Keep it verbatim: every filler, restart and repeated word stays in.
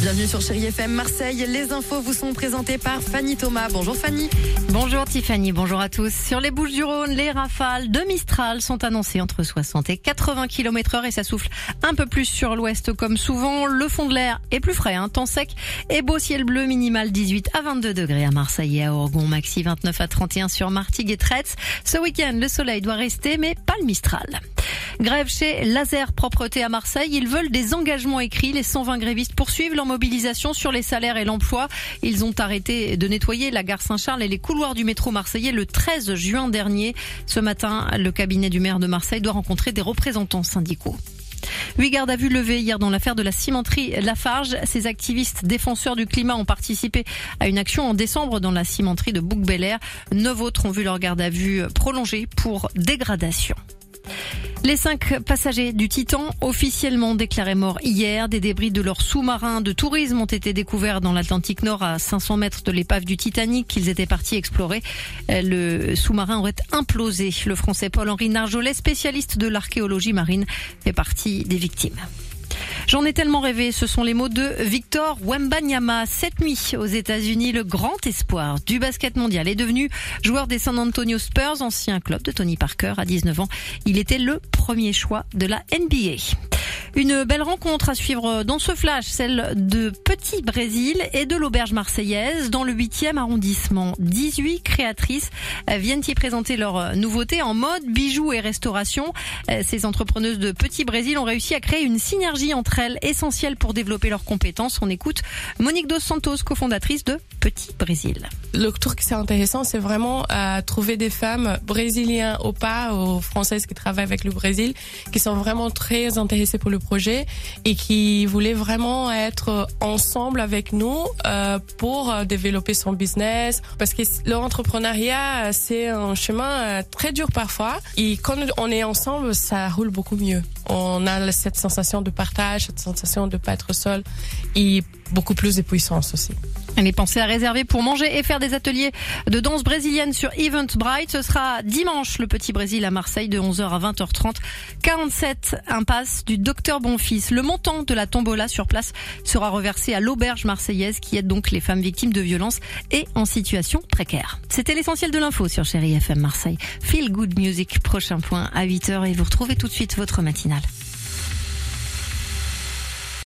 Bienvenue sur Chérie F M Marseille. Les infos vous sont présentées par Fanny Thomas. Bonjour Fanny. Bonjour Tiffany, bonjour à tous. Sur les Bouches-du-Rhône, les rafales de Mistral sont annoncées entre soixante et quatre-vingts kilomètres heure et ça souffle un peu plus sur l'ouest comme souvent. Le fond de l'air est plus frais, hein, temps sec et beau ciel bleu, minimal dix-huit à vingt-deux degrés à Marseille et à Orgon, maxi vingt-neuf à trente et un sur Martigues et Tretz. Ce week-end, le soleil doit rester mais pas le Mistral. Grève chez Laser Propreté à Marseille. Ils veulent des engagements écrits. Les cent vingt grévistes poursuivent leur mobilisation sur les salaires et l'emploi. Ils ont arrêté de nettoyer la gare Saint-Charles et les couloirs du métro marseillais le treize juin dernier. Ce matin, le cabinet du maire de Marseille doit rencontrer des représentants syndicaux. Huit gardes à vue levées hier dans l'affaire de la cimenterie Lafarge. Ces activistes défenseurs du climat ont participé à une action en décembre dans la cimenterie de Bouc-Bel-Air. Neuf autres ont vu leur garde à vue prolongée pour dégradation. Les cinq passagers du Titan, officiellement déclarés morts hier, des débris de leur sous-marin de tourisme ont été découverts dans l'Atlantique Nord à cinq cents mètres de l'épave du Titanic qu'ils étaient partis explorer. Le sous-marin aurait implosé. Le Français Paul-Henri Narjolet, spécialiste de l'archéologie marine, fait partie des victimes. J'en ai tellement rêvé, ce sont les mots de Victor Wembanyama. Cette nuit aux États-Unis, le grand espoir du basket mondial est devenu joueur des San Antonio Spurs, ancien club de Tony Parker à dix-neuf ans. Il était le premier choix de la N B A. Une belle rencontre à suivre dans ce flash, celle de Petit Brésil et de l'auberge marseillaise dans le huitième arrondissement. dix-huit créatrices viennent y présenter leurs nouveautés en mode, bijoux et restauration. Ces entrepreneuses de Petit Brésil ont réussi à créer une synergie entre elles essentielle pour développer leurs compétences. On écoute Monique Dos Santos, cofondatrice de Petit Brésil. Le truc qui est intéressant, c'est vraiment euh, trouver des femmes brésiliennes ou pas, ou françaises qui travaillent avec le Brésil, qui sont vraiment très intéressées pour le projet et qui voulaient vraiment être ensemble avec nous euh, pour développer son business. Parce que l'entrepreneuriat, c'est un chemin très dur parfois. Et quand on est ensemble, ça roule beaucoup mieux. On a cette sensation de partage, cette sensation de ne pas être seul et beaucoup plus de puissance aussi. Les pensées à réserver pour manger et faire des ateliers de danse brésilienne sur Eventbrite. Ce sera dimanche, le Petit Brésil à Marseille de onze heures à vingt heures trente. quarante-sept impasse du Docteur Bonfils. Le montant de la tombola sur place sera reversé à l'auberge marseillaise qui aide donc les femmes victimes de violences et en situation précaire. C'était l'essentiel de l'info sur Chérie F M Marseille. Feel Good Music, prochain point à huit heures et vous retrouvez tout de suite votre matinale.